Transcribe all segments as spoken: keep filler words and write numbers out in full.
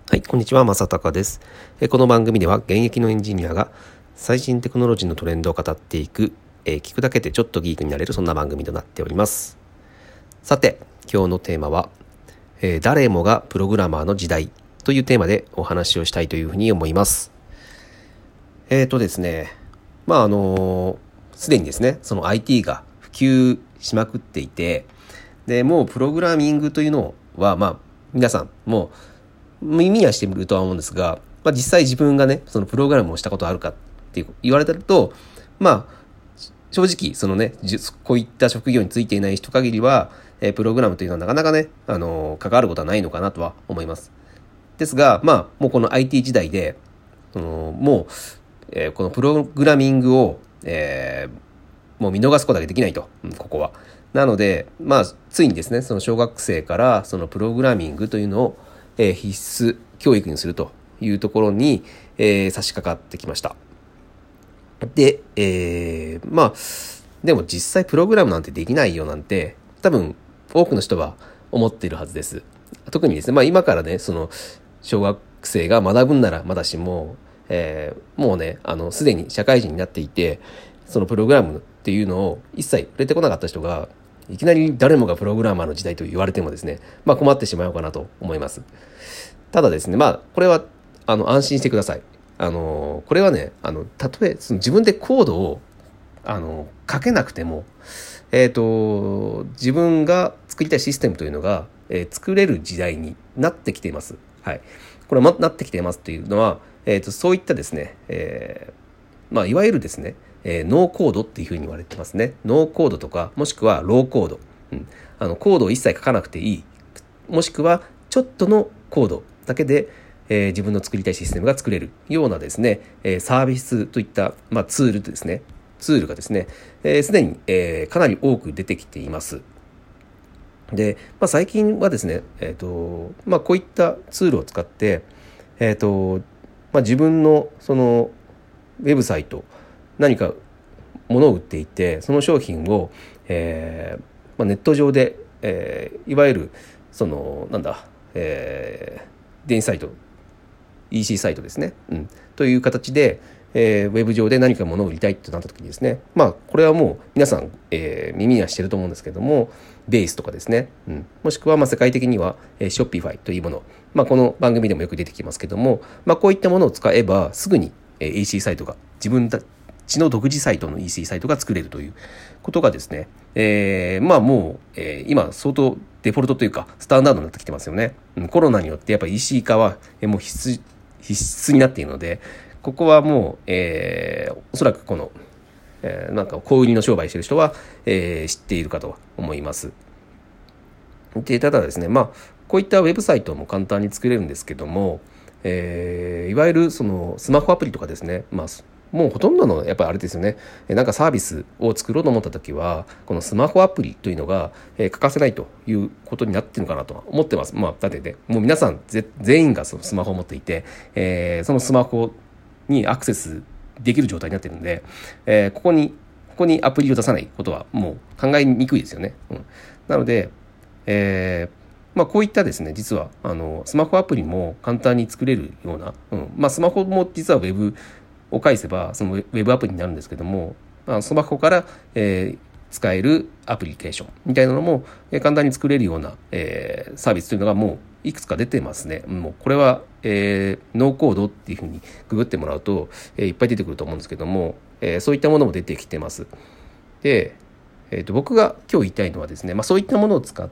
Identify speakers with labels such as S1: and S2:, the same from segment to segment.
S1: はい、こんにちは、正隆です。えーこの番組では現役のエンジニアが最新テクノロジーのトレンドを語っていく、えー聞くだけでちょっとギークになれるそんな番組となっております。さて、今日のテーマは、えー誰もがプログラマーの時代というテーマでお話をしたいというふうに思います。えーとですね、まああのすでにですね、その アイティー が普及しまくっていて、でもうプログラミングというのはまあ皆さんもう耳にはしてみるとは思うんですが、まあ、実際自分がねそのプログラムをしたことあるかって言われたと、まあ正直そのねこういった職業についていない人限りは、えー、プログラムというのはなかなかね、あのー関わることはないのかなとは思います。ですが、まあもうこの アイティー 時代で、そのもう、えーこのプログラミングを、えーもう見逃すことができないと、うんここは。なので、まあついにですね、その小学生からそのプログラミングというのを、えー必須教育にするというところに、えー差し掛かってきました。で、えーまあでも実際プログラムなんてできないよなんて多分多くの人は思っているはずです。特にですね、まあ今からね、その小学生が学ぶんならまだしも、えーもうね、あのすでに社会人になっていて、そのプログラムっていうのを一切触れてこなかった人がいきなり誰もがプログラマーの時代と言われてもですね、まあ困ってしまうかなと思います。ただですね、まあこれはあの安心してください。あのこれはね、あのたとえその自分でコードをあの書けなくても、えっと自分が作りたいシステムというのが、えー作れる時代になってきています。はい。これは、ま、なってきていますっていうのは、えーとそういったですね、えーまあいわゆるですね、えーノーコードっていうふうに言われてますね。ノーコードとかもしくはローコード、うん、あのコードを一切書かなくていい、もしくはちょっとのコードだけで、えー自分の作りたいシステムが作れるようなですね、えーサービスといった、まあ、ツールですねツールがですね、えーすでに、えーかなり多く出てきています。で、まあ、最近はですね、えーとまあ、こういったツールを使って、えーとまあ、自分のそのウェブサイト、何か物を売っていて、その商品を、えーまあ、ネット上で、えーいわゆるそのなんだ、えー電子サイト イーシー サイトですね、うん、という形で、えーウェブ上で何か物を売りたいとなった時にですね、まあこれはもう皆さん、えー耳にはしてると思うんですけども、ベースとかですね、うん、もしくはまあ世界的には、えー、ショッピファイというもの、まあ、この番組でもよく出てきますけども、まあ、こういったものを使えばすぐに、えー、イーシー サイトが自分たちの独自サイトの イーシー サイトが作れるということがですね、えーまあもう、えー今相当デフォルトというかスタンダードになってきてますよね。うんコロナによってやっぱり イーシー 化はえーもう必須必須になっているので、ここはもう、えーおそらくこの、えーなんか小売りの商売してる人は、えー知っているかと思います。で、ただですね、まあこういったウェブサイトも簡単に作れるんですけども、えーいわゆるそのスマホアプリとかですね、まあもうほとんどのやっぱりあれですよね、えなんかサービスを作ろうと思った時はこのスマホアプリというのが、えー欠かせないということになってるのかなとは思ってます。まあだってね、もう皆さんぜ全員がそのスマホを持っていて、えーそのスマホにアクセスできる状態になってるんで、えーここにここにアプリを出さないことはもう考えにくいですよね。うん、なので、えーまあ、こういったですね、実はあのスマホアプリも簡単に作れるような、うんまあ、スマホも実はウェブを介せばそのウェブアプリになるんですけども、まあ、スマホから、えー使えるアプリケーションみたいなのも、えー簡単に作れるような、えーサービスというのがもういくつか出てますね。もうこれは、えーノーコードっていうふうにググってもらうと、えーいっぱい出てくると思うんですけども、えーそういったものも出てきてます。で、えー、と僕が今日言いたいのはですね、まあ、そういったものを使って、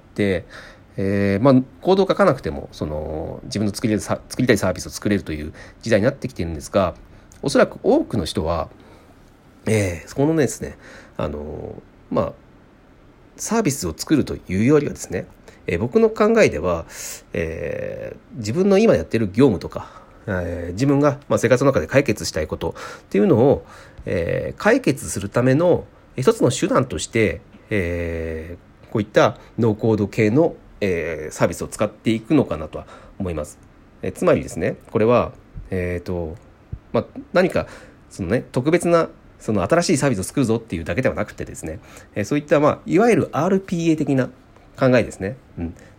S1: えーまあ、コードを書かなくてもその自分の作り作りたいサービスを作れるという時代になってきているんですが、おそらく多くの人は、えー、そのですね、あのまあサービスを作るというよりはですね、えー僕の考えでは、えー自分の今やってる業務とか、えー自分が、まあ、生活の中で解決したいことっていうのを、えー解決するための一つの手段として、えーこういったノーコード系の、えーサービスを使っていくのかなとは思います。えーつまりですね、これは、えーとまあ、何かその、ね、特別なその新しいサービスを作るぞっていうだけではなくてですね、えーそういった、まあ、いわゆる アールピーエー 的な考えですね。うん、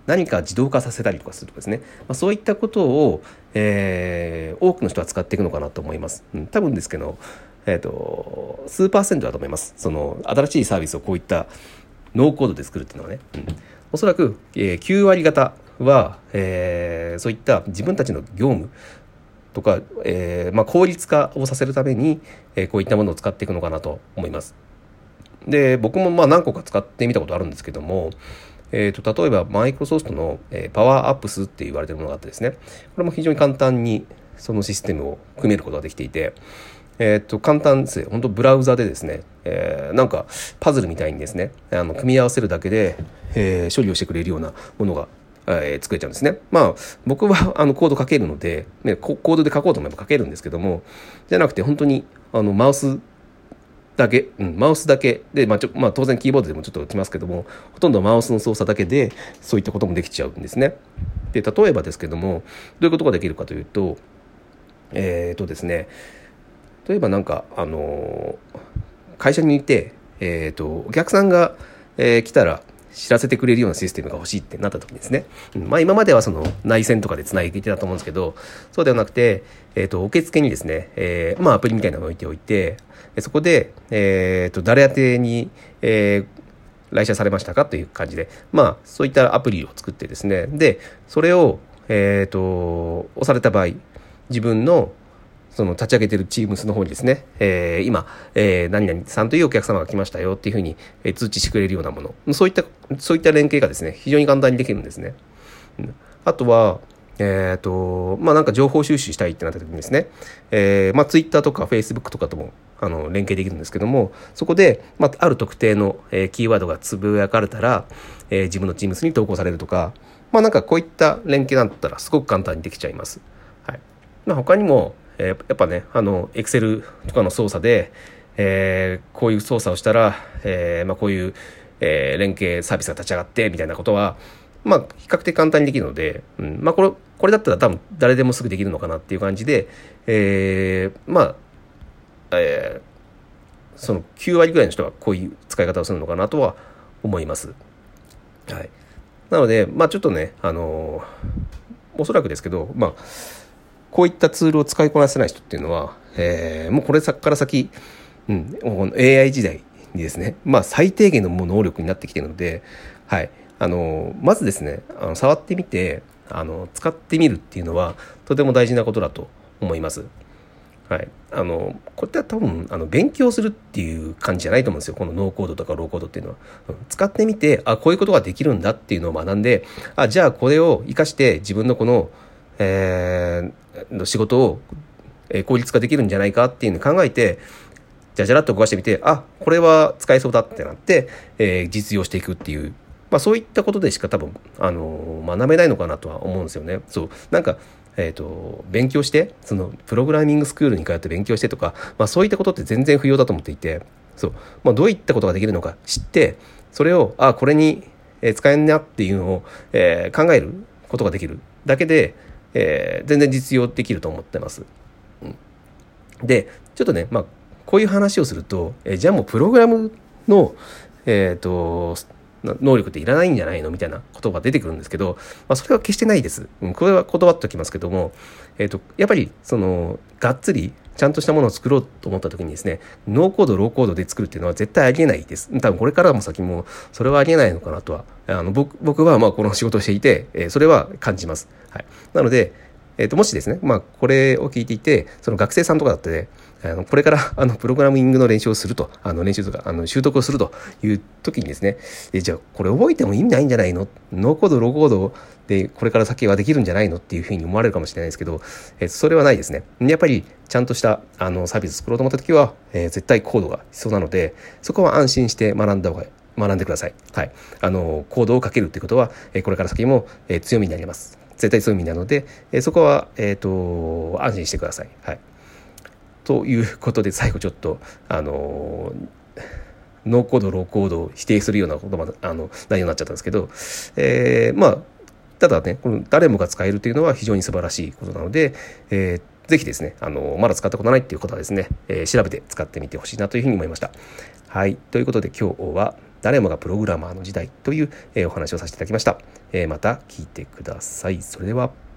S1: 何か自動化させたりとかするとかですね、まあ、そういったことを、えー、多くの人は使っていくのかなと思います。うん、多分ですけど、えーと、数パーセントだと思います。その新しいサービスをこういったノーコードで作るっていうのはね、うん、おそらく、えー、きゅう割方は、えー、そういった自分たちの業務とか、えーまあ、効率化をさせるために、えー、こういったものを使っていくのかなと思います。で、僕もまあ何個か使ってみたことあるんですけども、えー、と例えばマイクロソフトの、えー、パワーアップスって言われているものがあってですね、これも非常に簡単にそのシステムを組めることができていて、えー、と簡単ですね、本当ブラウザでですね、えー、なんかパズルみたいにですね、あの組み合わせるだけで、えー、処理をしてくれるようなものが、えー、作れちゃうんですね。まあ僕はあのコード書けるので、ね、コードで書こうと思えば書けるんですけども、じゃなくて本当にあのマウスだけ、うん、マウスだけで、まあちょまあ、当然キーボードでもちょっと打ちますけども、ほとんどマウスの操作だけでそういったこともできちゃうんですね。で、例えばですけども、どういうことができるかというと、えーとですね、例えばなんか、あのー、会社にいて、えーと、お客さんが、えー、来たら知らせてくれるようなシステムが欲しいってなった時にですね、うん、まあ今まではその内線とかでつないでいてたと思うんですけど、そうではなくて、えーと、受付にですね、えー、まあアプリみたいなのを置いておいて、そこで、えーと、誰宛てに、えー、来社されましたかという感じで、まあそういったアプリを作ってですね、で、それを、えーと、押された場合、自分のその立ち上げているチームスの方にですね、えー、今、えー、何々さんというお客様が来ましたよっていうふうに、えー、通知してくれるようなもの、そういったそういった連携がですね、非常に簡単にできるんですね。うん、あとは、えーとまあ、なんか情報収集したいってなった時にですね、えーまあ、Twitter とか Facebook とかともあの連携できるんですけども、そこで、まあ、ある特定の、えー、キーワードがつぶやかれたら、えー、自分のチームスに投稿されるとか、まあ、なんかこういった連携だったらすごく簡単にできちゃいます。はい。まあ、他にもやっぱね、あの、Excel とかの操作で、えー、こういう操作をしたら、えー、まあこういう、えー、連携サービスが立ち上がってみたいなことは、まあ比較的簡単にできるので、うん、まあこれ、これだったら多分誰でもすぐできるのかなっていう感じで、えー、まあ、えー、そのきゅう割ぐらいの人はこういう使い方をするのかなとは思います。はい。なので、まあちょっとね、あのー、おそらくですけど、まあ、こういったツールを使いこなせない人っていうのは、えー、もうこれから先、うん、エーアイ 時代にですね、まあ最低限のもう能力になってきているので、はい、あのまずですね、あの触ってみて、あの使ってみるっていうのはとても大事なことだと思います。はい、あのこれって多分あの勉強するっていう感じじゃないと思うんですよ。このノーコードとかローコードっていうのは、うん、使ってみて、あ、こういうことができるんだっていうのを学んで、あ、じゃあこれを活かして自分のこのえー、仕事を効率化できるんじゃないかっていうのを考えて、じゃじゃらっと動かしてみて、あ、これは使えそうだってなって、えー、実用していくっていう、まあそういったことでしか多分、あのー、学べないのかなとは思うんですよね。そう、なんか、えっと、勉強して、その、プログラミングスクールに通って勉強してとか、まあそういったことって全然不要だと思っていて、そう、まあどういったことができるのか知って、それを、あ、これに使えんなっていうのを、えー、考えることができるだけで、えー、全然実用できると思ってます。うん、で、ちょっとね、まあ、こういう話をすると、えー、じゃあもうプログラムの、えっと、能力っていらないんじゃないのみたいな言葉が出てくるんですけど、まあ、それは決してないです。うん、これは断っておきますけども、えっと、やっぱり、その、がっつり、ちゃんとしたものを作ろうと思った時にですね、ノーコード、ローコードで作るっていうのは絶対ありえないです。多分これからも先もそれはありえないのかなとは、あの僕僕はまあこの仕事をしていて、えー、それは感じます。はい。なので、えー、ともしですね、まあこれを聞いていて、その学生さんとかだってね、あのこれからあのプログラミングの練習をすると、あの練習とかあの習得をするという時にですね、えじゃあこれ覚えても意味ないんじゃないの？ノーコード、ローコードでこれから先はできるんじゃないのっていうふうに思われるかもしれないですけど、えー、それはないですね。やっぱりちゃんとしたあのサービスを作ろうと思った時は、えー、絶対コードが必要なので、そこは安心して学んだ方が学んでください。はい。あのコードをかけるっていうことは、えー、これから先も、えー、強みになります。絶対強みになるので、えー、そこはえっと安心してください。はい。ということで最後ちょっとあのノーコードローコードを否定するような言葉あの内容になっちゃったんですけど、えー、まあただね、この誰もが使えるというのは非常に素晴らしいことなので、えー、ぜひですね、あのまだ使ったことないっていうことはですね、えー、調べて使ってみてほしいなというふうに思いました。はい、ということで今日は誰もがプログラマーの時代という、えー、お話をさせていただきました。えー、また聞いてください。それでは。